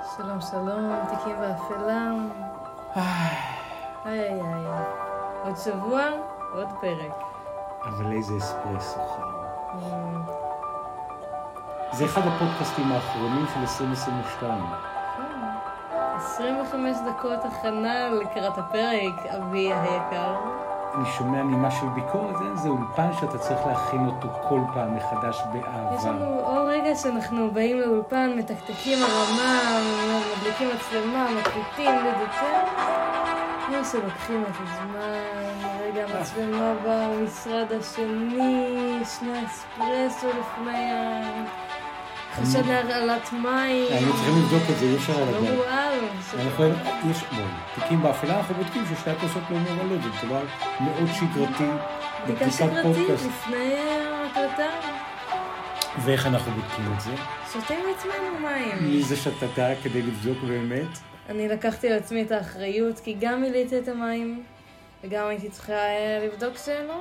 שלום שלום, תיקים באפלה. איי. עוד שבוע, עוד פרק. אבל איזה אספרסו חם. זה אחד הפודקאסטים האחרונים של 2022. 25 דקות הכנה לקראת הפרק, אבי היקר. אני שומע נימה של ביקורת, זה אולפן שאתה צריך להכין אותו כל פעם מחדש באהבה. יש לנו עוד רגע שאנחנו באים לאולפן, מתקתקים הרמה, מדליקים מצלמה, מקליטים לדצר. כמו שלוקחים את הזמן, רגע המצלמה במשרד השני, שני אספרסו לפני חשד להרעלת מים. אנחנו צריכים לבדוק את זה, אי אפשר לדעת. לא וואו. יש תיקים באפלה, אנחנו בודקים ששתי הכוסות לא מורלות, זה דבר מאוד שגרתי. בדיקה שגרתית לפני ההקלטה. ואיך אנחנו בודקים את זה? שותים לעצמנו מים. מי זה שתתה כדי לבדוק באמת? אני לקחתי לעצמי את האחריות, כי גם מילאתי את המים, וגם הייתי צריכה לבדוק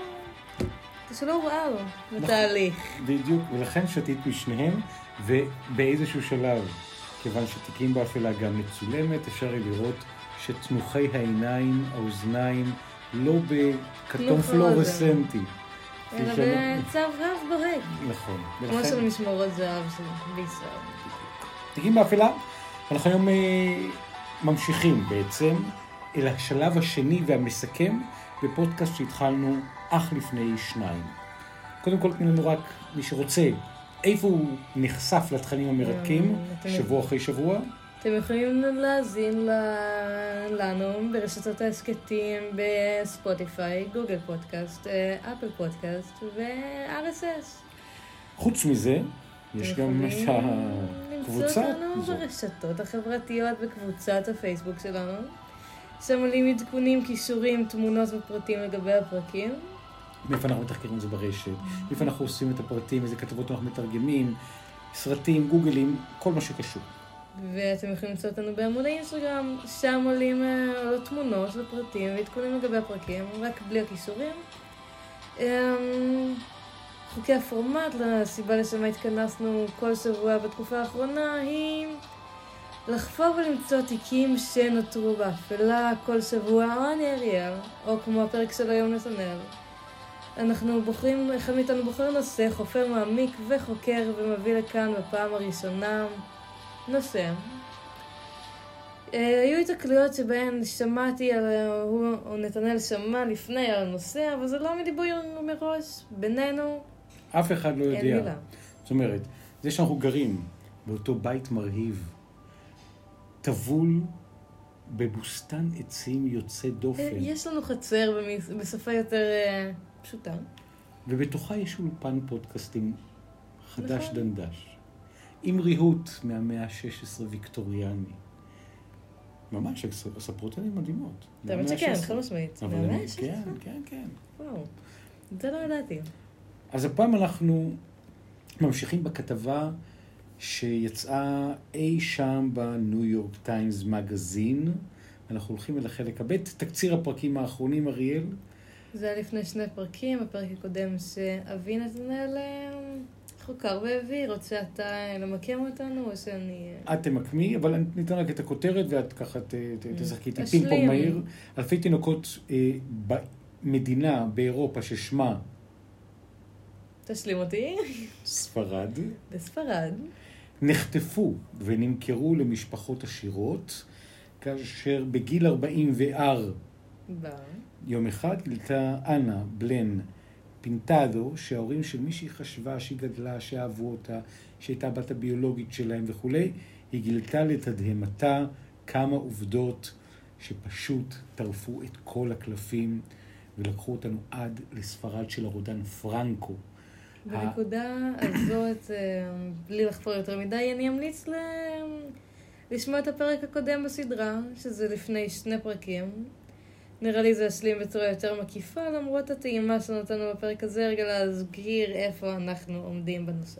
שלא הוראה לו בתהליך. בדיוק, ולכן שתית משניהם, ובאיזשהו שלב, כיוון שתיקים באפלה גם מצולמת, אפשר לראות שתנוחי העיניים, האוזניים, לא בכתום פלורסנטי. אלא בצו רב ברק. נכון. כמו של משמרות זהב בישראל. תיקים באפלה, אנחנו היום ממשיכים בעצם אל השלב השני והמסכם בפודקאסט שהתחלנו אך לפני 2. קודם כל תנו לנו רק מי שרוצה, איפה הוא נחשף לתכנים המרתקים, שבוע אחרי שבוע? אתם יכולים להזין לנו ברשתות העסקתים בספוטיפיי, גוגל פודקאסט, אפל פודקאסט ו-RSS. חוץ מזה, יש גם את הקבוצה. למצוא אותנו ברשתות החברתיות בקבוצת הפייסבוק שלנו. שם עולים עדכונים, קישורים, תמונות ופרטים לגבי הפרקים. מאיפה אנחנו מתחקרים את זה ברשת, מאיפה אנחנו עושים את הפרטים, איזה כתבות אנחנו מתרגמים, סרטים, גוגלים, כל מה שקשור. ואתם יכולים למצוא אותנו בעמוד האינסטגרם, שם עולים תמונות ופרטים ועדכונים לגבי הפרקים, רק בלי הקישורים. חוקי הפורמט, לסיבה לשמה התכנסנו כל שבוע בתקופה האחרונה, היא לחפור ולמצוא תיקים שנותרו באפלה כל שבוע, או אני אריאל, או כמו הפרק של היום נתנאל. אנחנו בוחרים, אחד מאיתנו בוחר נושא, חופר מעמיק וחוקר ומביא לכאן בפעם הראשונה נושא. היו התקלויות שבהן שמעתי, הוא או נתנאל שמע לפני על הנושא, אבל זה לא מדיבור מראש, בינינו. אף אחד לא יודע. אין מילה. זאת אומרת, זה שאנחנו גרים באותו בית מרהיב, טבול בבוסתן עצים יוצא דופן. יש לנו חצר בשפה יותר פשוטה. ובתוכה יש אולפן פודקאסטים חדש נכון. דנדש. עם ריהוט מהמאה ה-16 ויקטוריאני. ממש, הספרות האלה מדהימות. האמת שכן, חד משמעית. כן. וואו, זה לא ידעתי. אז הפעם אנחנו ממשיכים בכתבה שיצאה אי שם בניו יורק טיימס מגזין. אנחנו הולכים אל החלק הבית, תקציר הפרקים האחרונים, אריאל. זה היה לפני 2 פרקים, הפרק הקודם שאבי נתנאל חוקר והביא. רוצה אתה למקם אותנו או שאני... את תמקמי, אבל ניתן רק את הכותרת ואת ככה תשחקי איתי פינג פונג מהיר. אלפי תינוקות במדינה באירופה ששמה... תשלים אותי. ספרד. בספרד. נחטפו ונמכרו למשפחות עשירות, כאשר בגיל 44 יום אחד גילתה אנה בלן פינטדו, שההורים של מישהי חשבה שהיא גדלה, שאהבו אותה, שהייתה בת הביולוגית שלהם וכו', היא גילתה לתדהמתה כמה עובדות שפשוט טרפו את כל הקלפים ולקחו אותנו עד לספרד של הרודן פרנקו. בנקודה הזאת, בלי לחפור יותר מדי, אני אמליץ לשמוע את הפרק הקודם בסדרה, שזה לפני 2 פרקים. נראה לי זה ישלים בצורה יותר מקיפה, למרות הטעימה שנותנו בפרק הזה, רגע להזכיר איפה אנחנו עומדים בנושא.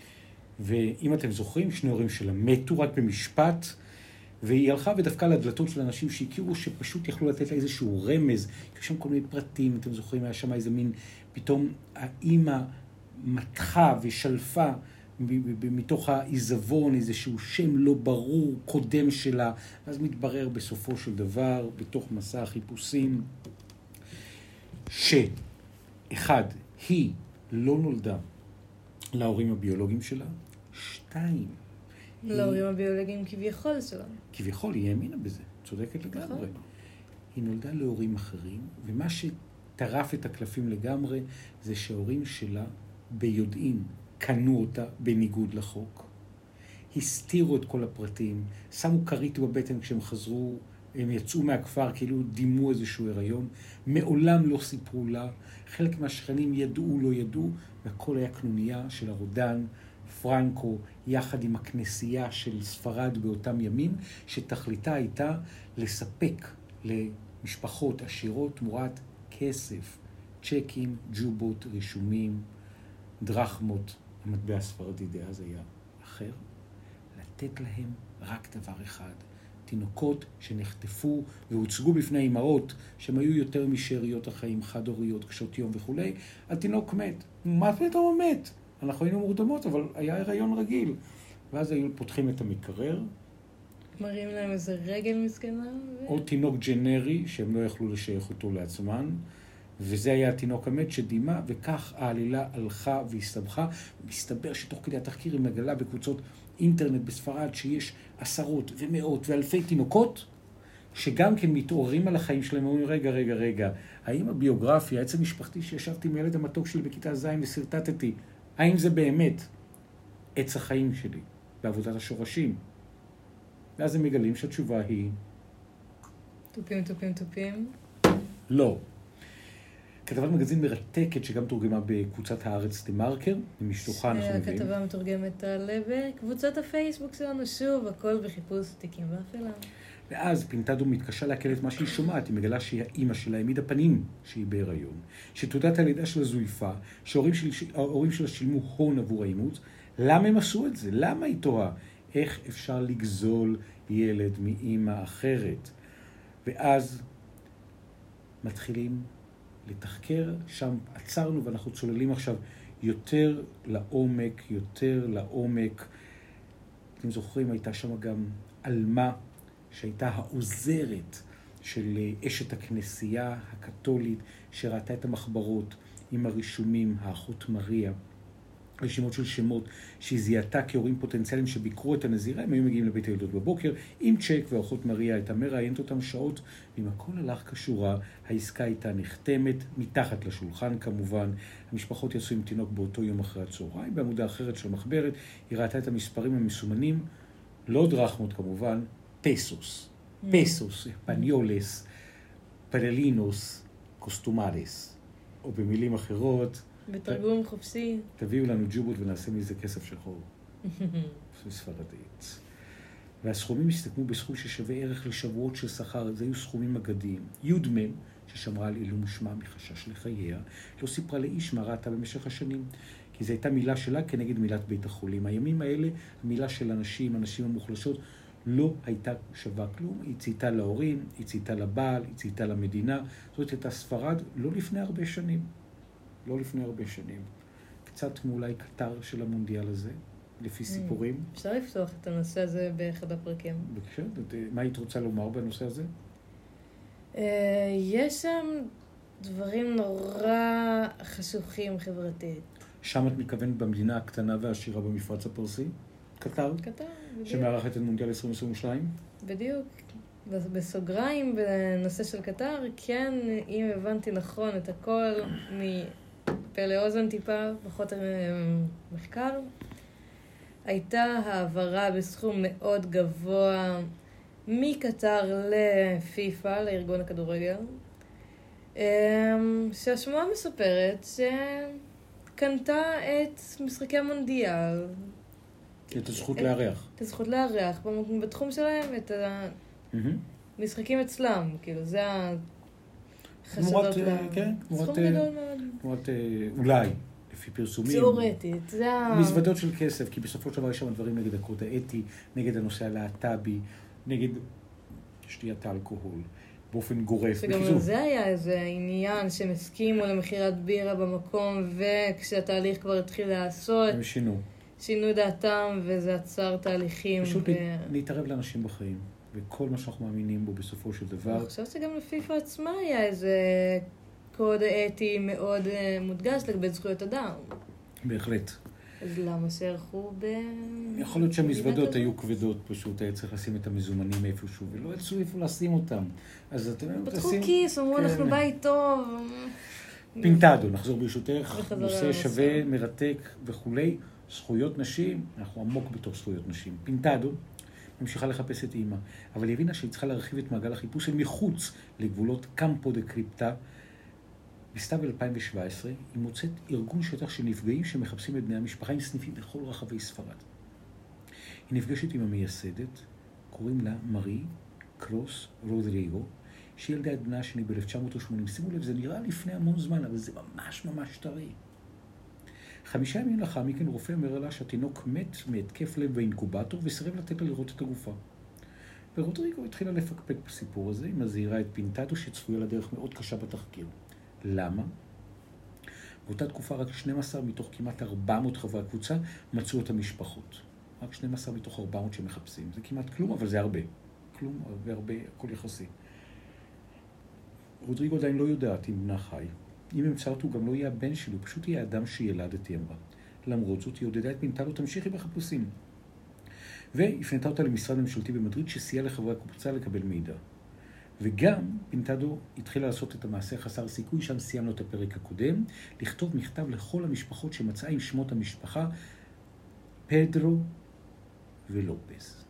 ואם אתם זוכרים, 2 הורים שלה מתו רק במשפט, והיא הלכה ודווקא לדלתות של אנשים שהכירו, שפשוט יכלו לתת לה איזשהו רמז, כי שם כל מיני פרטים, אתם זוכרים, היה שם איזה מין, פתאום האמא מתחה ושלפה מתוך העיזבון, איזשהו שם לא ברור, קודם שלה, אז מתברר בסופו של דבר, בתוך מסע החיפושים, שאחד, היא לא נולדה להורים הביולוגיים שלה, שתיים, להורים הביולוגיים כביכול שלה. כביכול, היא האמינה בזה, צודקת לגמרי. היא נולדה להורים אחרים, ומה שטרף את הקלפים לגמרי, זה שההורים שלה ביודעין קנו אותה בניגוד לחוק. הסתירו את כל הפרטים, שמו כרית בבטן כשהם חזרו, הם יצאו מהכפר, כאילו דימו איזשהו הריון, מעולם לא סיפרו לה, חלק מהשכנים ידעו, לא ידעו, והכל היה קנוניה של הרודן, פרנקו, יחד עם הכנסייה של ספרד באותם ימים, שתכליתה הייתה לספק למשפחות עשירות תמורת כסף, צ'קים, ג'ובות, רישומים, דרחמות, המטבע הספרדי דאז היה אחר, לתת להם רק דבר אחד, תינוקות שנחטפו והוצגו בפני אימהות שהם היו יותר משאריות החיים, חד-הוריות, קשות יום וכו'. התינוק מת. מה פתאום הוא מת? אנחנו היינו מורדמות, אבל היה הריון רגיל. ואז היו פותחים את המקרר. מראים להם איזה רגל מסכנה. או תינוק ג'נרי, שהם לא יכלו לשייך אותו לעצמן. וזה היה התינוק המת שדימה, וכך העלילה הלכה והסתבכה. מסתבר שתוך כדי התחקיר היא מגלה בקבוצות אינטרנט בספרד שיש עשרות ומאות ואלפי תינוקות, שגם כן מתעוררים על החיים שלהם, אומרים, רגע, האם הביוגרפיה, העץ המשפחתי שישבתי עם ילד המתוק שלי בכיתה ז' וסרטטתי, האם זה באמת עץ החיים שלי, בעבודת השורשים? ואז הם מגלים שהתשובה היא... טופים. לא. כתבת מגזין מרתקת שגם תורגמה בקבוצת הארץ דה-מרקר, ממשלוחה אנחנו מביאים. הכתבה מתורגמת על בקבוצת הפייסבוק שלנו, שוב, הכל בחיפוש תיקים באפלה. ואז פינטדו מתקשה להקל את מה שהיא שומעת, היא מגלה שהאימא שלה העמידה פנים שהיא בהיריון, שתעודת הלידה שלה זויפה, שההורים שלה שילמו הון עבור האימוץ. למה הם עשו את זה? למה היא תוהה? איך אפשר לגזול ילד מאימא אחרת? ואז מתחילים לתחקר, שם עצרנו ואנחנו צוללים עכשיו יותר לעומק. אתם זוכרים, הייתה שם גם אלמה שהייתה העוזרת של אשת הכנסייה הקתולית, שראתה את המחברות עם הרישומים, האחות מריה, רשימות של שמות שהיא זיהתה כהורים פוטנציאליים שביקרו את הנזירה, הם היו מגיעים לבית הילדות בבוקר עם צ'ק, והאחות מריה הייתה מראיינת אותם שעות, ואם הכל הלך כשורה, העסקה הייתה נחתמת מתחת לשולחן כמובן. המשפחות יצאו עם תינוק באותו יום אחרי הצהריים. בעמודה אחרת של המחברת היא ראתה את המספרים המסומנים, לא דרחמות כמובן, פסוס, פניולס, פרלינוס, קוסטומרס, או במילים אחרות, בתרגום חופשי. תביאו לנו ג'ובות ונעשה מזה כסף שחור. ספרדית. והסכומים הסתכמו בסכום ששווה ערך לשבועות של שכר. זה היו סכומים אגדיים. יודמן, ששמרה על עילום שמה מחשש לחייה, לא סיפרה לאיש מה ראתה במשך השנים. כי זו הייתה מילה שלה כנגד מילת בית החולים. הימים האלה, המילה של הנשים המוחלשות, לא הייתה שווה כלום. היא צייתה להורים, היא צייתה לבעל, היא צייתה למדינה. זאת הייתה ספרד לא לפני הרבה שנים. קצת כמו אולי קטר של המונדיאל הזה, לפי סיפורים. אפשר לפתוח את הנושא הזה באחד הפרקים. בבקשה, מה היית רוצה לומר בנושא הזה? יש שם דברים נורא חשוכים חברתית. שם את מתכוונת במדינה הקטנה והעשירה במפרץ הפרסי? קטר? קטר, בדיוק. שמארחת את מונדיאל 2022? בדיוק. בסוגריים, בנושא של קטר, כן, אם הבנתי נכון את הכל מפה לאוזן טיפה, פחות מחקר, הייתה העברה בסכום מאוד גבוה מקטר לפיפה, לארגון הכדורגל, שהשמועה מספרת שקנתה את משחקי המונדיאל. את הזכות לארח. את הזכות לארח, בתחום שלהם, את המשחקים אצלם, כאילו, זה החשדות סכום גדול מאוד. תמורת, אולי, לפי פרסומים. תיאורטית, זה מזוודות של כסף, כי בסופו של דבר יש שם דברים נגד הקוד האתי, נגד הנושא הלהט"בי, נגד שתיית האלכוהול, באופן גורף. שגם זה היה איזה עניין שהם הסכימו למחירת בירה במקום, וכשהתהליך כבר התחיל לעשות, הם שינו. שינו דעתם וזה עצר תהליכים. פשוט להתערב לאנשים בחיים, וכל מה שאנחנו מאמינים בו בסופו של דבר. אני חושבת שגם לפיפ"א עצמה היה איזה קוד אתי מאוד מודגש לגבי זכויות אדם. בהחלט. אז למה שערכו יכול להיות שהמזוודות היו כבדות, פשוט היה צריך לשים את המזומנים איפשהו, ולא יצאו איפה לשים אותם. אז אתם פתחו כיס, אמרו אנחנו בית טוב. פינטאדו, נחזור ברשותך, נושא שווה, מרתק וכולי. זכויות נשים, אנחנו עמוק בתוך זכויות נשים. פינטאדו ממשיכה לחפש את אימא, אבל היא הבינה שהיא צריכה להרחיב את מעגל החיפוש אל מחוץ לגבולות קמפו דה קריפטה. בסתיו 2017 היא מוצאת ארגון שטח של נפגעים שמחפשים את בני המשפחה עם סניפים בכל רחבי ספרד. היא נפגשת עם המייסדת, קוראים לה מארי קרוס רודריגו, שהיא ילדה את בנה השני ב-1980. שימו לב, זה נראה לפני המון זמן, אבל זה ממש ממש טרי. 5 ימים לאחר מכן רופא אומר לה שהתינוק מת מהתקף לב באינקובטור וסירב לתת לה לראות את הגופה. ורודריגו התחילה לפקפק בסיפור הזה, היא מזהירה את פינטאדו שצפויה לדרך מאוד קשה בתחקיר. למה? באותה תקופה רק 12 מתוך כמעט 400 חברי הקבוצה מצאו את המשפחות. רק 12 מתוך 400 שמחפשים. זה כמעט כלום, אבל זה הרבה. כלום, הרבה, הכל יחסי. רודריגו עדיין לא יודעת אם בנה חי. אם אמצא אותו, הוא גם לא יהיה הבן שלי, הוא פשוט יהיה האדם שילדתי, אמרה. למרות זאת, היא עודדה את פינטאדו, תמשיכי בחיפושים. והפנתה אותה למשרד ממשלתי במדריד, שסייע לחברי הקבוצה לקבל מידע. וגם פינטאדו התחילה לעשות את המעשה חסר סיכוי, שם סיימנו את הפרק הקודם, לכתוב מכתב לכל המשפחות שמצאה עם שמות המשפחה, פדרו ולופס.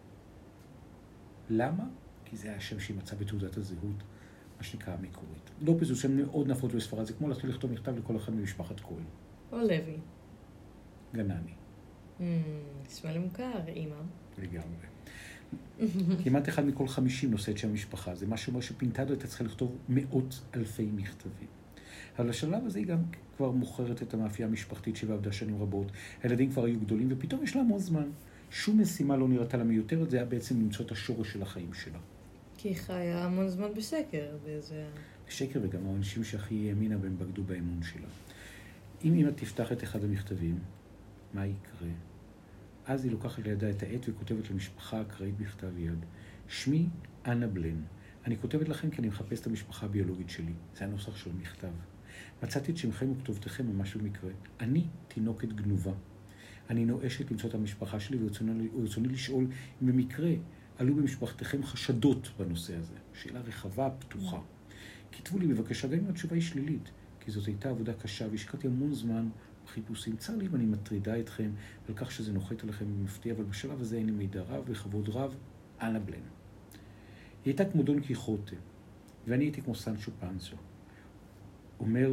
למה? כי זה היה השם שהיא מצאה בתעודת הזהות, מה שנקרא המקורית. לופס הוא שם מאוד נפוץ בספרד, זה כמו להתחיל לכתוב מכתב לכל אחד ממשפחת כהן. או לוי. גנני. נשמע לי מוכר, אמא. לגמרי. כמעט 1 מכל 50 נושא את שם המשפחה. זה מה שאומר שפינטאדו הייתה צריכה לכתוב מאות אלפי מכתבים. אבל לשלב הזה היא גם כבר מוכרת את המאפייה המשפחתית שבה עבדה שנים רבות. הילדים כבר היו גדולים ופתאום יש לה המון זמן. שום משימה לא נראתה לה מיותרת, זה היה בעצם למצוא את השורש של החיים שלה. כי היא חיה המון זמן בשקר. בשקר, וגם האנשים שהכי האמינה והם בגדו באמון שלה. אם אמא תפתח את אחד המכתבים, מה יקרה? אז היא לוקחת לידה את העט וכותבת למשפחה אקראית בכתב יד. שמי אנה בלן. אני כותבת לכם כי אני מחפש את המשפחה הביולוגית שלי. זה הנוסח של מכתב. מצאתי את שמכם וכתובתכם ממש במקרה. אני תינוקת גנובה. אני נואשת למצוא את המשפחה שלי ורצוני לשאול אם במקרה עלו במשפחתכם חשדות בנושא הזה. שאלה רחבה, פתוחה. כתבו לי בבקשה, גם אם התשובה היא שלילית, כי זאת הייתה עבודה קשה והשקעתי המון זמן חיפושים. צר לי אם אני מטרידה אתכם על כך שזה נוחת עליכם במפתיע, אבל בשלב הזה אין לי מידע רב וכבוד רב, אנה בלן. היא הייתה כמו דון קיחוטה, ואני הייתי כמו סנצ'ו פנסו. אומר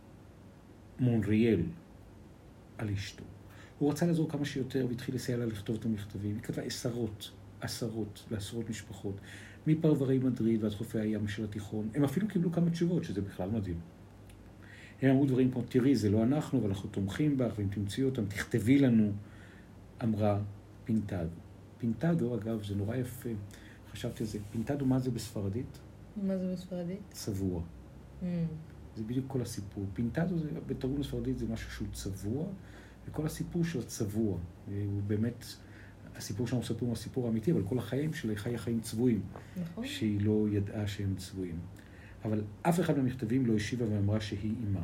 מונריאל על אשתו. הוא רצה לעזור כמה שיותר והתחיל לסייע לה לכתוב את המכתבים. היא כתבה לעשרות משפחות, מפרברי מדריד ועד חופי הים של התיכון. הם אפילו קיבלו כמה תשובות, שזה בכלל מדהים. הם אמרו דברים כמו, תראי, זה לא אנחנו, אבל אנחנו תומכים בך, ואם תמצאי אותם, תכתבי לנו, אמרה פינטאדו. פינטאדו, אגב, זה נורא יפה. חשבתי על זה. פינטאדו, מה זה בספרדית? מה זה בספרדית? צבוע. זה בדיוק כל הסיפור. פינטאדו, בתרגום בספרדית, זה משהו שהוא צבוע, וכל הסיפור של הצבוע. הוא באמת, הסיפור שאנחנו מספרים הוא הסיפור האמיתי, אבל כל החיים שלה חיה חיים צבועים. נכון. שהיא לא ידעה שהם צבועים. אבל אף אחד מהמכתבים לא השיבה ואמרה שהיא אימה.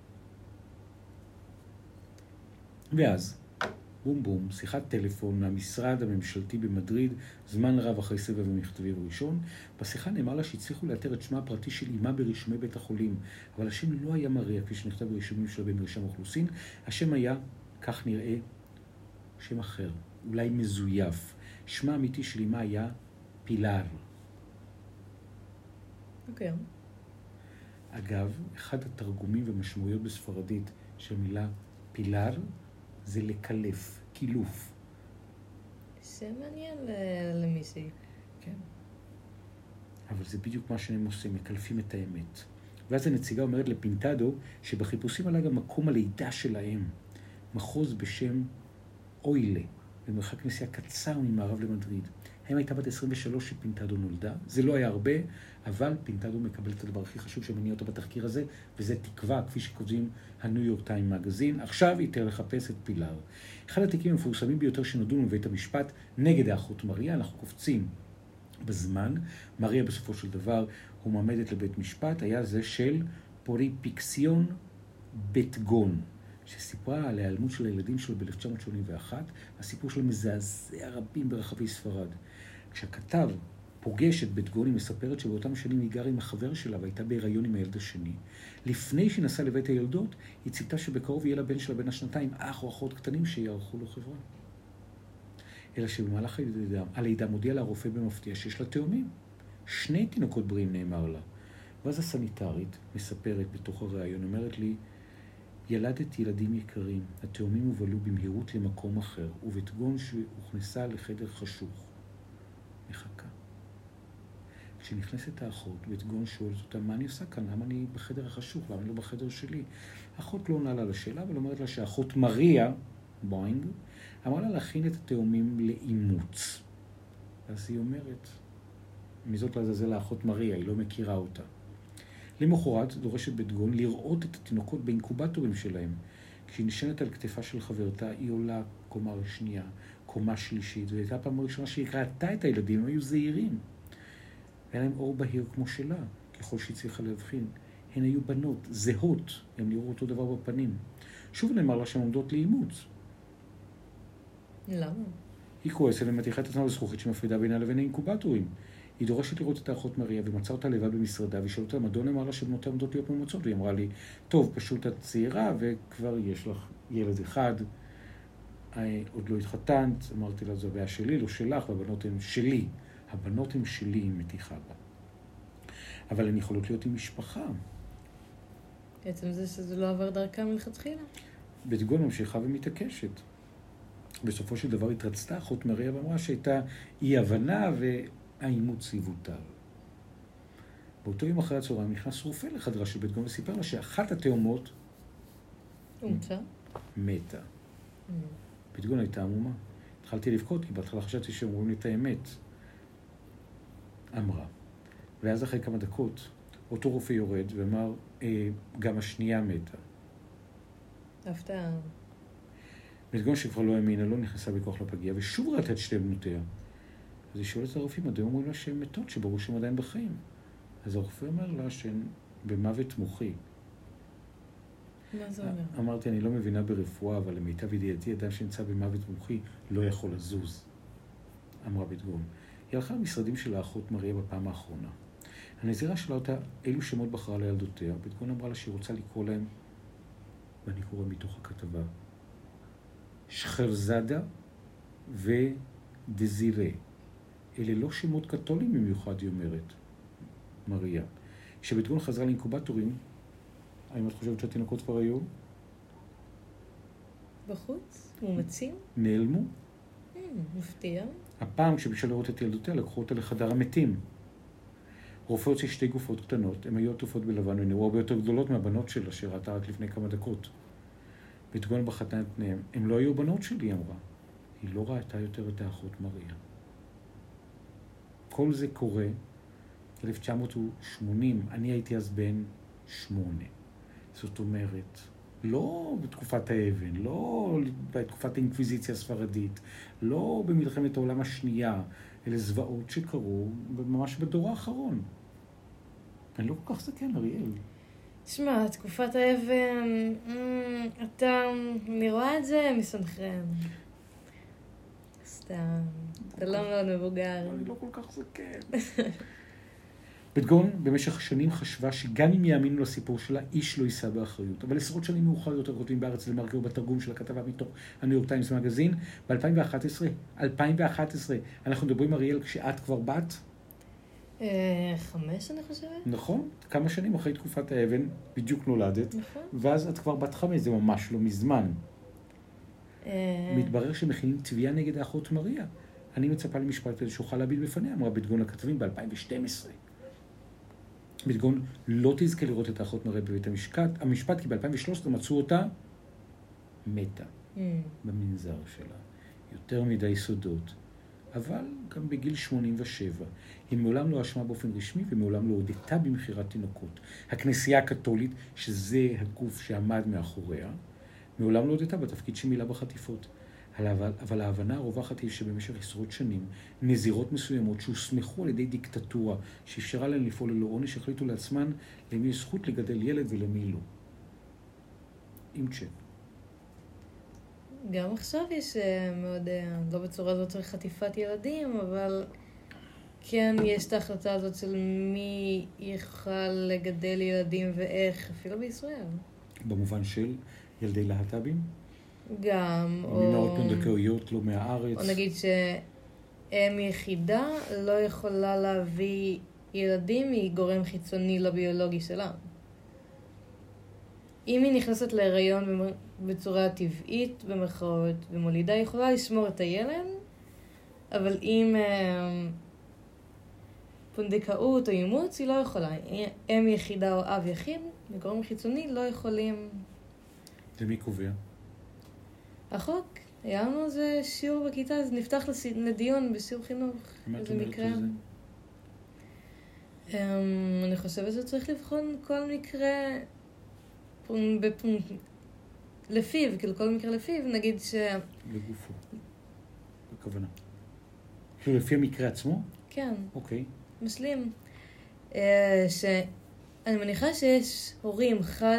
ואז, בום בום, שיחת טלפון מהמשרד הממשלתי במדריד, זמן רב אחרי סבב המכתבים הראשון. בשיחה נאמר לה שהצליחו לאתר את שמה הפרטי של אימה ברישומי בית החולים, אבל השם לא היה מראה, כפי שנכתב ברישומים שלה במרשם האוכלוסין. השם היה, כך נראה, שם אחר, אולי מזויף. שמה האמיתי של אימה היה פילאר. אוקיי. אגב, אחד התרגומים ומשמעויות בספרדית של מילה פילאר זה לקלף, קילוף. זה מעניין למישהי. כן. אבל זה בדיוק מה שהם עושים, מקלפים את האמת. ואז הנציגה אומרת לפינטאדו שבחיפושים עלה גם מקום הלידה שלהם, מחוז בשם אוילה. במרחק נסיעה קצר ממערב למדריד. האם הייתה בת 23 שפינטדו נולדה? זה לא היה הרבה, אבל פינטדו מקבל את הדבר הכי חשוב שמניע אותו בתחקיר הזה, וזה תקווה, כפי שכותבים הניו יורק טיים מגזין. עכשיו היא תהיה לחפש את פילר. אחד התיקים המפורסמים ביותר שנדונו בבית המשפט נגד האחות מריה, אנחנו קופצים בזמן. מריה בסופו של דבר הועמדת לבית משפט, היה זה של פוריפיקסיון בטגון, שסיפרה על ההיעלמות של הילדים שלו ב-1981, הסיפור שלו מזעזע רבים ברחבי ספרד. כשהכתב פוגש את בטגון, היא מספרת שבאותם שנים היא גרה עם החבר שלה והייתה בהיריון עם הילד השני. לפני שהיא נסעה לבית הילדות, היא ציפתה שבקרוב יהיה לבן שלה בין השנתיים אח או אחות קטנים שיערכו לו חברה. אלא שבמהלך הלידה מודיע לה הרופא במפתיע שיש לה תאומים. 2 תינוקות בריאים נאמר לה. ואז הסניטרית מספרת בתוך הראיון, אומרת לי, ילדת ילדים יקרים, התאומים הובלו במהירות למקום אחר, ובטגון שהוכנסה לחדר חשוך. מחכה. כשנכנסת האחות, בטגון שואלת אותה, מה אני עושה כאן? למה אני בחדר החשוך? למה אני לא בחדר שלי? האחות לא עונה לה לשאלה, אבל אומרת לה שהאחות מריה, בוינג, אמרה לה להכין את התאומים לאימוץ. אז היא אומרת, מזאת לעזאזל האחות מריה, היא לא מכירה אותה. למחרת דורשת בטגון לראות את התינוקות באינקובטורים שלהם. כשהיא נשענת על כתפה של חברתה, היא עולה קומה שנייה, קומה שלישית, והייתה פעם הראשונה שהיא ראתה את הילדים, הם היו זהירים. היה להם אור בהיר כמו שלה, ככל שהיא צריכה להבחין. הן היו בנות, זהות, הן נראו אותו דבר בפנים. שוב נאמר לה שהן עומדות לאימוץ. למה? היא כועסת ומתיחה את עצמה לזכוכית שמפרידה בינה לבין האינקובטורים. היא דורשת לראות את האחות מריה ומצאה אותה לבד במשרדה, והיא שאלה אותה, מדוע נאמר לה שבנותיה עומדות להיות ממוצות? והיא אמרה לי, טוב, פשוט את צעירה וכבר יש לך ילד אחד, עוד לא התחתנת, אמרתי לה, זו הבעיה שלי, לא שלך, והבנות הן שלי. הבנות הן שלי, היא מתיחה בה. אבל הן יכולות להיות עם משפחה. בעצם זה שזה לא עבר דרכה מלכתחילה. בטגון ממשיכה ומתעקשת. בסופו של דבר התרצתה אחות מריה ואמרה שהייתה אי הבנה והאימוץ יבוטל. באותו יום אחרי הצהריים נכנס רופא לחדרה של בטגון וסיפר לה שאחת התאומות מתה. בטגון הייתה עמומה. התחלתי לבכות, כי בהתחלה חשבתי שאומרים לי את האמת. אמרה. ואז אחרי כמה דקות, אותו רופא יורד ואמר, גם השנייה מתה. הפתעה. בטגון שכבר לא האמינה, לא נכנסה בכוח לפגייה, ושוב ראתה את 2 בנותיה. אז היא שואלת את הרופאים, מדוע אומרים לה שהן מתות, שברור שהן עדיין בחיים. אז הרופא אומר לה שהן במוות מוחי. מה זה אומר? אמרתי, אני לא מבינה ברפואה, אבל למיטב ידיעתי, אדם שנמצא במוות מוחי לא יכול לזוז. אמרה בטגון. היא הלכה למשרדים של האחות מריה בפעם האחרונה. הנזירה שאלה אותה אילו שמות בחרה לילדותיה. בטגון אמרה לה שהיא רוצה לקרוא להם, ואני קורא מתוך הכתבה, שחרזדה ודזירה. אלה לא שמות קתולים במיוחד, היא אומרת, מריה. כשבטגון חזרה לאינקובטורים, האם את חושבת שהתינוקות כבר היו? בחוץ? מומצים? נעלמו. מפתיע. הפעם כשביקשה לראות את ילדותיה, לקחו אותה לחדר המתים. רופא הוציא 2 גופות קטנות, הן היו עטופות בלבן, הן נראו הרבה יותר גדולות מהבנות שלה, שראתה רק לפני כמה דקות. בטגון בחתנה את פניהם, הם לא היו בנות שלי, אמרה. היא לא ראתה יותר את האחות מריה. כל זה קורה, 1980, אני הייתי אז בן 8. זאת אומרת, לא בתקופת האבן, לא בתקופת האינקוויזיציה הספרדית, לא במלחמת העולם השנייה, אלה זוועות שקרו ממש בדור האחרון. אני לא כל כך זקן, אריאל. תשמע, תקופת האבן, אני רואה את זה מסנכרן. סתם, אתה לא מאוד מבוגר. אני לא כל כך זקן. בטגון במשך שנים חשבה שגם אם יאמינו לסיפור שלה, איש לא יישא באחריות. אבל 10 שנים מאוחר יותר כותבים בארץ למרקר בתרגום של הכתבה מתוך הניו יורק טיימס מגזין, ב-2011, אנחנו מדברים, אריאל, כשאת כבר בת? 5 אני חושבת. נכון, כמה שנים אחרי תקופת האבן, בדיוק נולדת, נכון. ואז את כבר בת 5, זה ממש לא מזמן. מתברר שמכינים תביעה נגד האחות מריה. אני מצפה למשפט כזה שאוכל להביט בפניה, אמרה בטגון לכתבים ב-2012. בטגון לא תזכה לראות את האחות מריה בבית המשפט, כי ב-2013 מצאו אותה מתה במנזר שלה. יותר מדי סודות, אבל גם בגיל 87. היא מעולם לא אשמה באופן רשמי ומעולם לא הודתה במכירת תינוקות. הכנסייה הקתולית, שזה הגוף שעמד מאחוריה, מעולם לא הודתה בתפקיד שמילא בחטיפות. אבל ההבנה הרווחת היא שבמשך עשרות שנים, נזירות מסוימות שהוסמכו על ידי דיקטטורה, שאפשרה להן לפעול ללא עונש, החליטו לעצמן למי יש זכות לגדל ילד ולמי לא. עם צ'ק. גם עכשיו יש מאוד, לא בצורה הזאת של חטיפת ילדים, אבל כן יש את ההחלטה הזאת של מי יוכל לגדל ילדים ואיך, אפילו בישראל. במובן של ילדי להט"בים? גם, או... ממאות פונדקאיות, לא מהארץ. או נגיד שאם יחידה לא יכולה להביא ילדים מגורם חיצוני לא ביולוגי שלה. אם היא נכנסת להיריון בצורה טבעית, במרכאות, ומולידה, היא יכולה לשמור את הילד, אבל אם פונדקאות או אימוץ, היא לא יכולה. אם יחידה או אב יחיד, מגורם חיצוני, לא יכולים... ומי קובע? החוק. היה לנו איזה שיעור בכיתה, זה נפתח לדיון בשיעור חינוך. מה את אומרת על זה? אני חושבת שצריך לבחון כל מקרה לפיו, כאילו כל מקרה לפיו, נגיד ש... לגופו. בכוונה. כאילו לפי המקרה עצמו? כן. אוקיי. משלים. שאני מניחה שיש הורים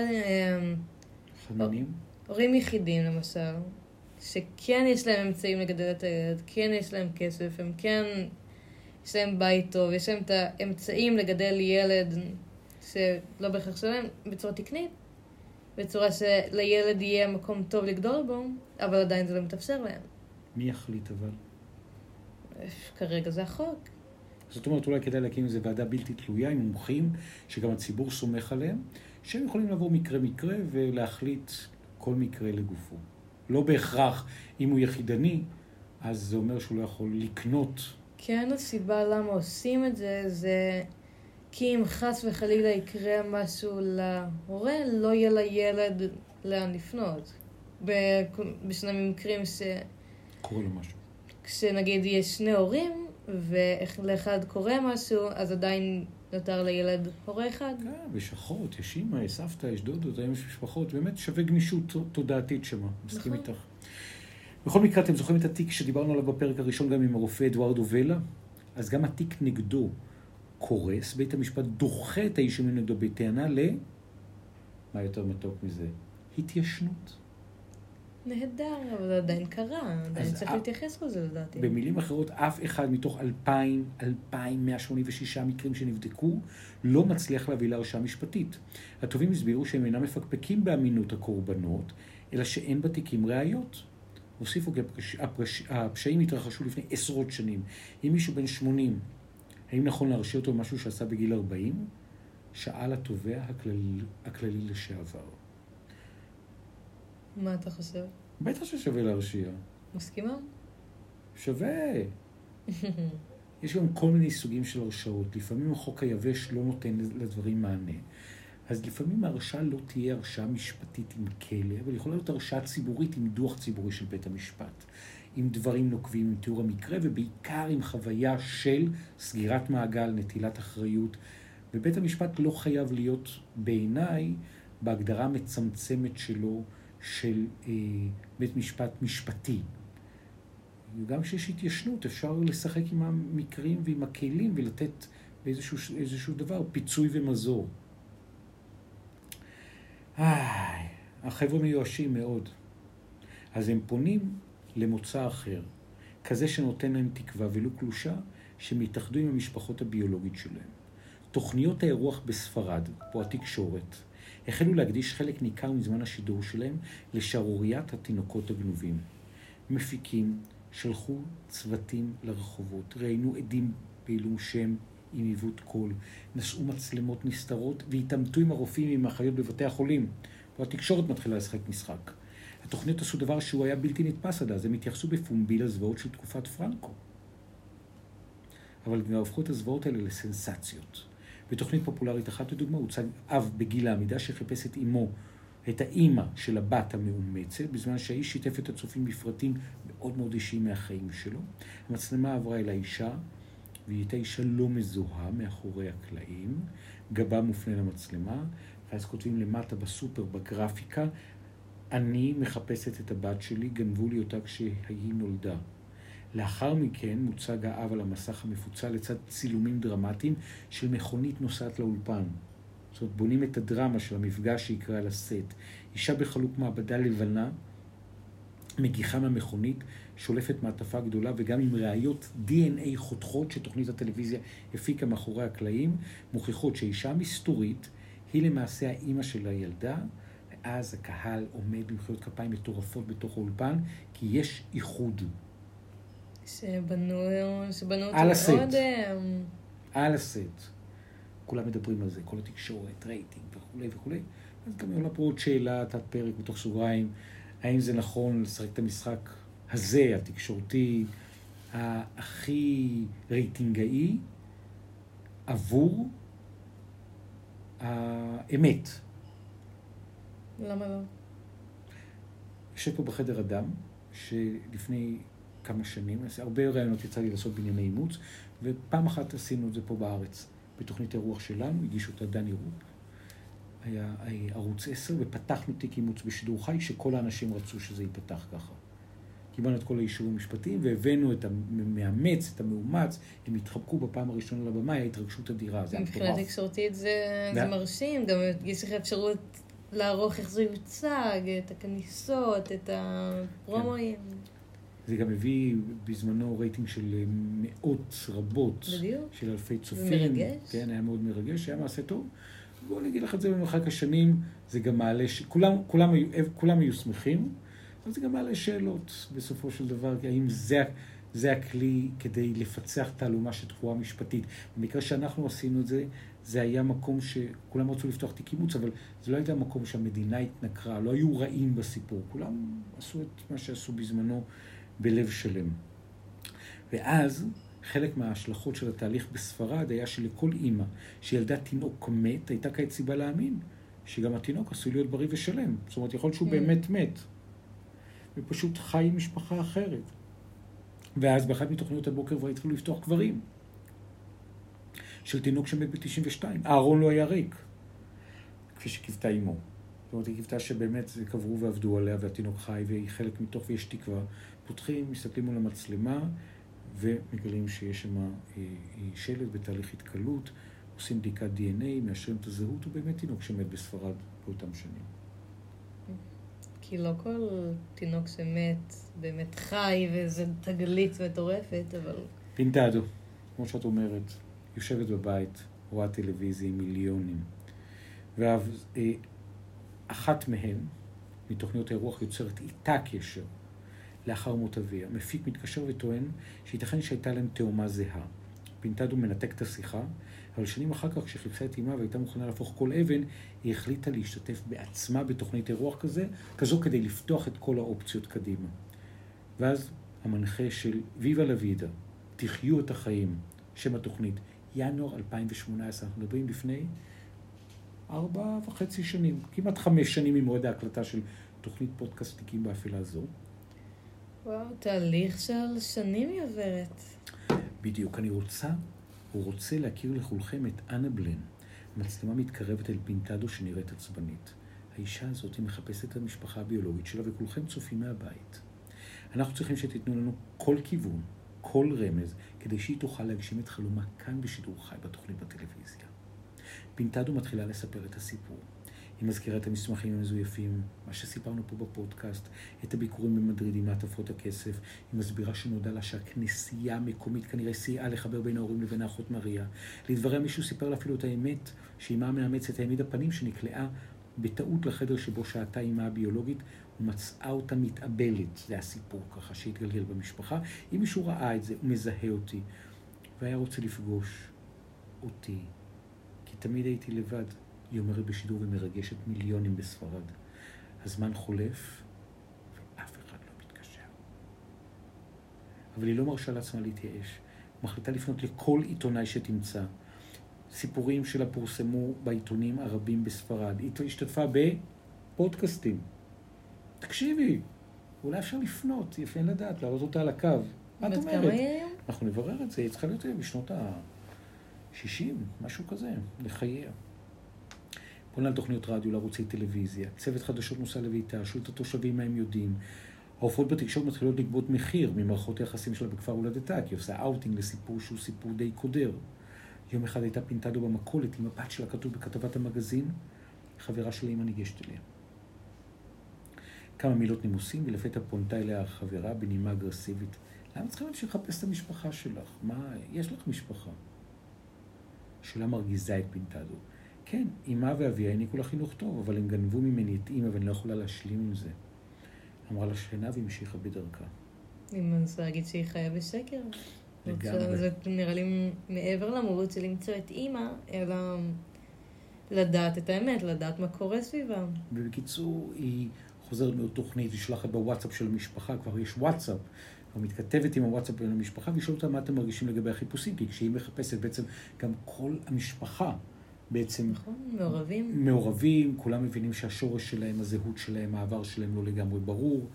חננים? הורים יחידים למשל, שכן יש להם אמצעים לגדל את הילד, כן יש להם כסף, הם כן, יש להם בית טוב, יש להם את האמצעים לגדל ילד שלא בהכרח שלהם, בצורה תקנית, בצורה שלילד יהיה מקום טוב לגדול בו, אבל עדיין זה לא מתאפשר להם. מי יחליט אבל? כרגע זה החוק. זאת אומרת, אולי כדאי להקים איזו ועדה בלתי תלויה עם מומחים, שגם הציבור סומך עליהם, שהם יכולים לעבור מקרה ולהחליט כל מקרה לגופו. לא בהכרח, אם הוא יחידני, אז זה אומר שהוא לא יכול לקנות. כן, הסיבה למה עושים את זה, זה כי אם חס וחלילה יקרה משהו להורה, לא יהיה לילד לאן לפנות. בשני מקרים קורה לו משהו. כשנגיד יש שני הורים, ולאחד קורה משהו, אז עדיין נותר לילד הורה אחד. כן, יש אחות, יש אמא, יש סבתא, יש דודות, יש משפחות, באמת שווה גמישות תודעתית שמה, מסכים איתך. בכל מקרה, אתם זוכרים את התיק שדיברנו עליו בפרק הראשון גם עם הרופא אדוארדו ולה? אז גם התיק נגדו קורס, בית המשפט דוחה את האישומים נגדו בטענה מה יותר מתוק מזה? התיישנות. נהדר, אבל זה עדיין קרה, עדיין צריך להתייחס לזה לדעתי. במילים אחרות, אף אחד מתוך 2,186 מקרים שנבדקו לא מצליח להביא להרשעה משפטית. התובעים הסבירו שהם אינם מפקפקים באמינות הקורבנות, אלא שאין בתיקים ראיות. הוסיפו כי הפשעים התרחשו לפני עשרות שנים. אם מישהו בן 80, האם נכון להרשיע אותו במשהו שעשה בגיל 40? שאל התובע הכללי לשעבר. מה אתה חושב? בטח ששווה להרשיע. מסכימה? שווה. יש גם כל מיני סוגים של הרשעות. לפעמים החוק היבש לא נותן לדברים מענה. אז לפעמים ההרשעה לא תהיה הרשעה משפטית עם כלא, אבל יכולה להיות הרשעה ציבורית עם דוח ציבורי של בית המשפט. עם דברים נוקבים, עם תיאור המקרה, ובעיקר עם חוויה של סגירת מעגל, נטילת אחריות. ובית המשפט לא חייב להיות בעיניי בהגדרה המצמצמת שלו של בית משפט משפטי. גם כשיש התיישנות אפשר לשחק עם המקרים ועם הכלים ולתת באיזשהו דבר פיצוי ומזור. החבר'ה מיואשים מאוד. אז הם פונים למוצא אחר, כזה שנותן להם תקווה ולו קלושה, שהם יתאחדו עם המשפחות הביולוגית שלהם. תוכניות האירוח בספרד, פה התקשורת, החלו להקדיש חלק ניכר מזמן השידור שלהם לשערוריית התינוקות הגנובים. מפיקים שלחו צוותים לרחובות, ראינו עדים בעילום שם עם עיוות קול, נשאו מצלמות נסתרות והתעמתו עם הרופאים עם האחיות בבתי החולים. פה התקשורת מתחילה לשחק משחק. התוכניות עשו דבר שהוא היה בלתי נתפס עד אז, הם התייחסו בפומבי לזוועות של תקופת פרנקו. אבל גם הפכו את הזוועות האלה לסנסציות. בתוכנית פופולרית אחת לדוגמה הוצג אב בגיל העמידה שחיפש את אמו את האימא של הבת המאומצת, בזמן שהאיש שיתף את הצופים בפרטים מאוד מאוד אישיים מהחיים שלו. המצלמה עברה אל האישה, והיא הייתה אישה לא מזוהה מאחורי הקלעים, גבה מופנה למצלמה, ואז כותבים למטה בסופר, בגרפיקה, אני מחפשת את הבת שלי, גנבו לי אותה כשהיא נולדה. לאחר מכן מוצג האב על המסך המפוצל לצד צילומים דרמטיים של מכונית נוסעת לאולפן. זאת אומרת, בונים את הדרמה של המפגש שיקרה על הסט. אישה בחלוק מעבדה לבנה, מגיחה מהמכונית, שולפת מעטפה גדולה, וגם עם ראיות DNA חותכות שתוכנית הטלוויזיה הפיקה מאחורי הקלעים, מוכיחות שאישה מסתורית היא למעשה האימא של הילדה, ואז הקהל עומד במחיאות כפיים מטורפות בתוך האולפן, כי יש איחוד. שבנו על הסט. מאוד... על הסט. כולם מדברים על זה, כל התקשורת, רייטינג וכו' וכו'. אז גם עולה פה עוד שאלה, תת פרק בתוך סוגריים, האם זה נכון לשחק את המשחק הזה, התקשורתי, הכי רייטינגאי, עבור האמת. למה לא? יושב פה בחדר אדם, שלפני כמה שנים, הרבה רעיונות יצא לי לעשות בענייני אימוץ, ופעם אחת עשינו את זה פה בארץ. בתוכנית הרוח שלנו, הגיש אותה דני רופ, היה ערוץ 10, ופתחנו תיק אימוץ בשידור חי, שכל האנשים רצו שזה ייפתח ככה. קיבלנו את כל האישורים המשפטיים, והבאנו את המאמץ, את המאומץ, הם התחבקו בפעם הראשונה לבמה, ההתרגשות אדירה, זה המטורף. מבחינת תקשורתית זה מרשים, גם יש לך אפשרות לערוך איך זה יוצג, את הכניסות, את הפרומואים. זה גם הביא בזמנו רייטינג של מאות רבות, בדיוק. של אלפי צופים. מרגש. כן, היה מאוד מרגש, היה מעשה טוב. בואו נגיד לך את זה במרחק השנים, זה גם מעלה, כולם היו שמחים, אבל זה גם מעלה שאלות בסופו של דבר, האם זה הכלי כדי לפצח תעלומה שתקועה משפטית. במקרה שאנחנו עשינו את זה, זה היה מקום שכולם רצו לפתוח תיק אימוץ, אבל זה לא היה מקום שהמדינה התנכרה, לא היו רעים בסיפור, כולם עשו את מה שעשו בזמנו בלב שלם. ואז חלק מההשלכות של התהליך בספרד היה שלכל אימא שילדה תינוק מת, הייתה כעת סיבה להאמין שגם התינוק עשוי להיות בריא ושלם. זאת אומרת, יכול להיות שהוא באמת מת. ופשוט חי עם משפחה אחרת. ואז באחת מתוכניות הבוקר כבר התחילו לפתוח קברים של תינוק שמת ב-92. הארון לא היה ריק, כפי שקיוותה אימו. זאת אומרת, היא קיוותה שבאמת זה קברו ועבדו עליה, והתינוק חי, והיא חלק מתוך ויש תקווה. פותחים, מסתכלים על המצלמה, ומגלים שיש שם שלט בתהליך התקלות, עושים בדיקת DNA, מאשרים את הזהות, ובאמת תינוק שמת בספרד באותם שנים. כי לא כל תינוק שמת באמת חי, וזה תגלית מטורפת, אבל... פינטדו, כמו שאת אומרת, יושבת בבית, רואה טלוויזיה עם מיליונים. ואחת מהן, מתוכניות האירוח, יוצרת איתה קשר לאחר מות אביה. מפיק מתקשר וטוען שייתכן שהייתה להם תאומה זהה. פינטדו מנתק את השיחה, אבל שנים אחר כך, כשחיפשה את אימה והייתה מוכנה להפוך כל אבן, היא החליטה להשתתף בעצמה בתוכנית אירוח כזו כדי לפתוח את כל האופציות קדימה. ואז המנחה של ויבה לה וידה, תחיו את החיים, שם התוכנית, ינואר 2018, אנחנו מדברים לפני 4.5 שנים, כמעט 5 שנים ממועד ההקלטה של תוכנית פודקאסט תיקים באפלה הזו. וואו, תהליך של שנים היא עוברת. בדיוק, הוא רוצה להכיר לכולכם את אנה בלן. המצלמה מתקרבת אל פינטדו שנראית עצבנית. האישה הזאת היא מחפשת את המשפחה הביולוגית שלה, וכולכם צופים מהבית. אנחנו צריכים שתיתנו לנו כל כיוון, כל רמז, כדי שהיא תוכל להגשים את חלומה כאן בשידור חי בתוכנית בטלוויזיה. פינטדו מתחילה לספר את הסיפור. היא מזכירה את המסמכים המזויפים, מה שסיפרנו פה בפודקאסט, את הביקורים במדריד עם מעטפות הכסף. היא מסבירה שנודע לה שהכנסייה המקומית כנראה סייעה לחבר בין ההורים לבין האחות מריה. לדבריה מישהו סיפר לה אפילו את האמת, שאימה המאמצת העמידה פנים שנקלעה בטעות לחדר שבו שהתה אימה הביולוגית, ומצאה אותה מתאבלת. זה הסיפור ככה שהתגלגל במשפחה. אם מישהו ראה את זה, הוא מזהה אותי, והיה רוצה לפגוש אותי, כי תמיד הייתי לבד. היא אומרת בשידור ומרגשת מיליונים בספרד. הזמן חולף, ואף אחד לא מתקשר. אבל היא לא מרשה לעצמה להתייאש. מחליטה לפנות לכל עיתונאי שתמצא. סיפורים שלה פורסמו בעיתונים הרבים בספרד. היא השתתפה פודקאסטים. תקשיבי, אולי אפשר לפנות, יפה לדעת, להעלות אותה על הקו. מה את אומרת? אנחנו נברר את זה, היא צריכה להיות בשנות ה-60, משהו כזה, לחייה. פונה על תוכניות רדיו, לערוצי טלוויזיה, צוות חדשות נוסע לביתה, שואל את התושבים מה הם יודעים. ההופעות בתקשורת מתחילות לגבות מחיר ממערכות היחסים שלה בכפר הולדתה, כי היא עושה אאוטינג לסיפור שהוא סיפור די קודר. יום אחד הייתה פינטדו במכולת עם הבת שלה כתוב בכתבת המגזין, חברה שלה אמא ניגשת אליה. כמה מילות נימוסים, ולפתע פונתה אליה החברה בנימה אגרסיבית. למה צריכה להמשיך לחפש את המשפחה שלך? מה, יש לך משפחה? שאלה מרגיזה את פינטדו. כן, אמא ואביה העניקו לה חינוך טוב, אבל הם גנבו ממני את אמא ואני לא יכולה להשלים עם זה. אמרה לה שכנה והמשיכה בדרכה. אם אני רוצה להגיד שהיא חיה בשקר. לגמרי. זה נראה לי מעבר למרות של למצוא את אמא, אלא לדעת את האמת, לדעת מה קורה סביבה. ובקיצור, היא חוזרת מאוד תוכנית, היא שלחת בוואטסאפ של המשפחה, כבר יש וואטסאפ, היא מתכתבת עם הוואטסאפ של המשפחה, והיא שואלת אותה מה אתם מרגישים לגבי החיפושים, כי כשהיא מחפשת בעצם גם כל המשפחה, בעצם נכון, מעורבים, כולם מבינים שהשורש שלהם, הזהות שלהם, העבר שלהם לא לגמרי ברור,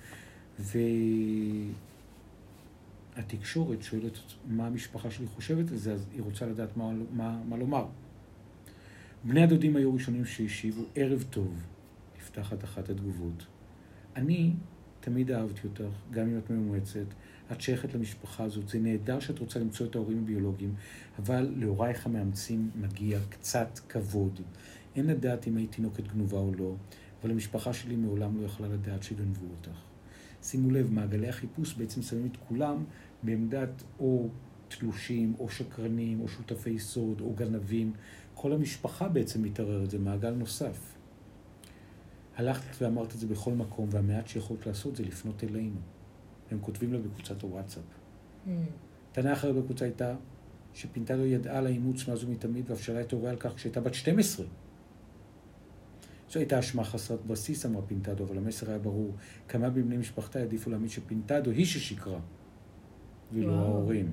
והתקשורת שואלת מה המשפחה שלי חושבת על זה, אז היא רוצה לדעת מה לומר. בני הדודים היו ראשונים שהשיבו, ערב טוב, נפתחת אחת התגובות. אני תמיד אהבתי אותך, גם אם את ממועצת, את שייכת למשפחה הזאת, זה נהדר שאת רוצה למצוא את ההורים הביולוגיים, אבל להורייך המאמצים מגיע קצת כבוד. אין לדעת אם היית תינוקת גנובה או לא, אבל המשפחה שלי מעולם לא יכלה לדעת שגנבו אותך. שימו לב, מעגלי החיפוש בעצם שמים את כולם בעמדת או תלושים, או שקרנים, או שותפי סוד, או גנבים. כל המשפחה בעצם מתערערת, זה מעגל נוסף. הלכת ואמרת את זה בכל מקום, והמעט שיכולת לעשות זה לפנות אלינו. הם כותבים לה בקבוצת הוואטסאפ. טענה אחרת בקבוצה הייתה שפינטדו ידעה על האימוץ מאז ומתמיד, ואף שאלה את הוריה על כך כשהייתה בת 12. זו הייתה אשמה חסרת בסיס, אמרה פינטדו, אבל המסר היה ברור. כמה מבני משפחתה העדיפו להאמין שפינטדו היא ששיקרה, ואילו ההורים.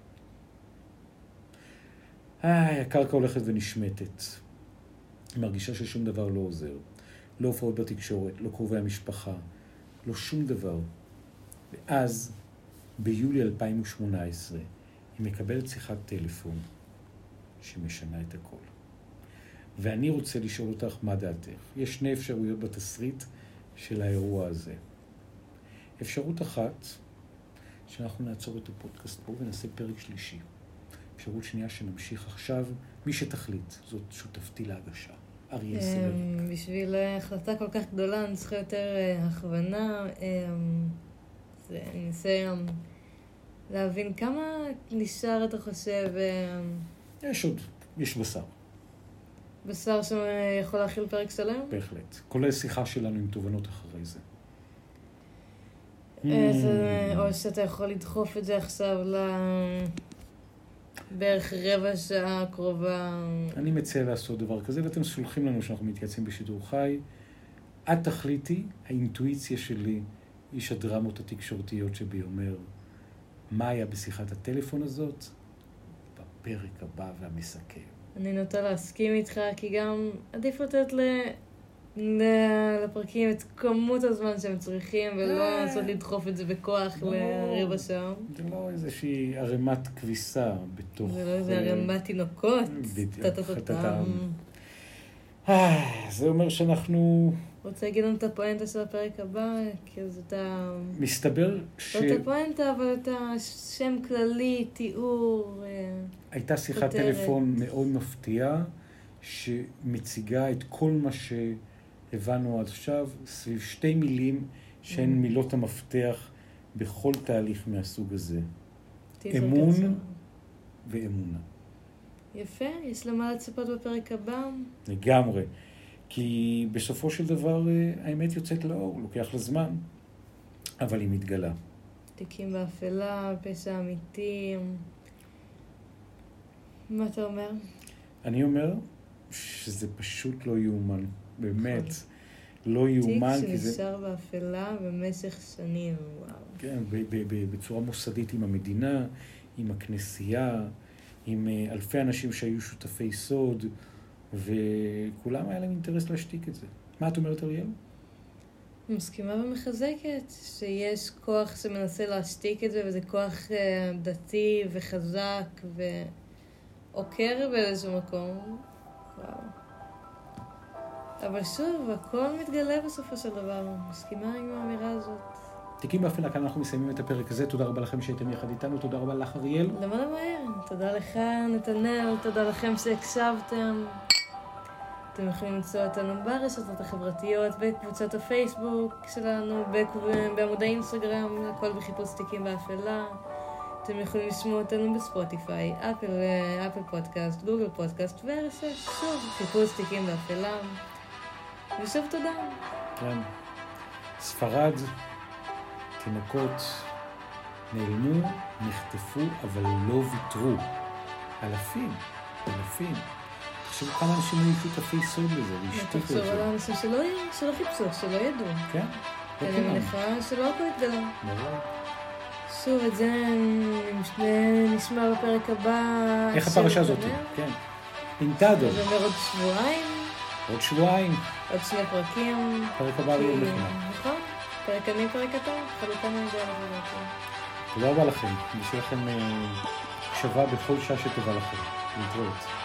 הקרקע הולכת ונשמטת. היא מרגישה ששום דבר לא עוזר. לא הופעות בתקשורת, לא קרובי המשפחה, לא שום דבר. ואז, ביולי 2018, היא מקבלת שיחת טלפון שמשנה את הכל. ואני רוצה לשאול אותך מה דעתך. יש שני אפשרויות בתסריט של האירוע הזה. אפשרות אחת, שאנחנו נעצור את הפודקאסט פה ונעשה פרק שלישי. אפשרות שנייה שנמשיך עכשיו, מי שתחליט, זאת שותפתי להגשה. אריה סלריק. בשביל החלטה כל כך גדולה, אני צריכה יותר הכוונה. אני אנסה להבין כמה נשאר, אתה חושב? יש בשר. בשר שיכול להכיל פרק שלם? בהחלט. כולל שיחה שלנו עם תובנות אחרי זה. או שאתה יכול לדחוף את זה עכשיו בערך רבע שעה קרובה. אני מציע לעשות דבר כזה, ואתם סולחים לנו שאנחנו מתייעצים בשידור חי. את תחליטי, האינטואיציה שלי, איש הדרמות התקשורתיות שבי אומר, מה היה בשיחת הטלפון הזאת? בפרק הבא והמסכם. אני נוטה להסכים איתך, כי גם עדיף לתת לפרקים את כמות הזמן שהם צריכים, ולא לנסות לדחוף את זה בכוח לרבע שעה. זה לא איזושהי ערימת כביסה בתוך... זה לא איזה ערימת תינוקות. זה אומר שאנחנו... רוצה להגיד לנו את הפואנטה של הפרק הבא, כי אז אתה... מסתבר לא את הפואנטה, אבל את השם כללי, תיאור, הייתה שיחת טלפון מאוד מפתיעה, שמציגה את כל מה שהבנו עד עכשיו, סביב שתי מילים שהן מילות המפתח בכל תהליך מהסוג הזה. אמון ואמונה. יפה, יש למה לצפות בפרק הבא. לגמרי. כי בסופו של דבר האמת יוצאת לאור, לוקח לה זמן, אבל היא מתגלה. תיקים באפלה, פשע אמיתי. מה אתה אומר? אני אומר שזה פשוט לא יאומן. באמת, לא יאומן. תיק שנשאר באפלה במשך שנים, וואו. כן, בצורה מוסדית עם המדינה, עם הכנסייה, עם אלפי אנשים שהיו שותפי סוד, וכולם היה להם אינטרס להשתיק את זה. מה את אומרת, אריאל? מסכימה ומחזקת שיש כוח שמנסה להשתיק את זה, וזה כוח דתי וחזק ועוקר באיזשהו מקום. וואו. אבל שוב, הכל מתגלה בסופו של דבר. מסכימה עם האמירה הזאת. תיקים באפלה, כאן אנחנו מסיימים את הפרק הזה. תודה רבה לכם שהייתם יחד איתנו. תודה רבה לך, אריאל. למה למהר? תודה לך, נתנאל. תודה לכם שהקשבתם. אתם יכולים למצוא אותנו ברשתות החברתיות, בקבוצת הפייסבוק שלנו, בעמודי אינסטגרם, הכל בחיפוש תיקים באפלה. אתם יכולים לשמוע אותנו בספוטיפיי, אפל פודקאסט, גוגל פודקאסט, ורשת, שוב, חיפוש תיקים באפלה. ושוב תודה. כן. ספרד, תינוקות נעלמו, נחטפו, אבל לא ויתרו. אלפים. תחשבו כמה אנשים היו שותפי סוד לזה, והשתיקו את זה. תחשוב על האנשים שלא חיפשו, שלא ידעו. כן. אני מניחה שלא הכל התגלה. נכון. שוב, את זה נשמע בפרק הבא. איך הפרשה הזאת? כן. אינטאדו. זה אומר עוד שבועיים. עוד 2 פרקים. פרק הבא יום לכם. נכון. פרק אני, פרק אתה. חלוקה נהדרת. תודה רבה לכם. נשאר לכם הקשבה בכל שעה שטובה לכם. להתראות.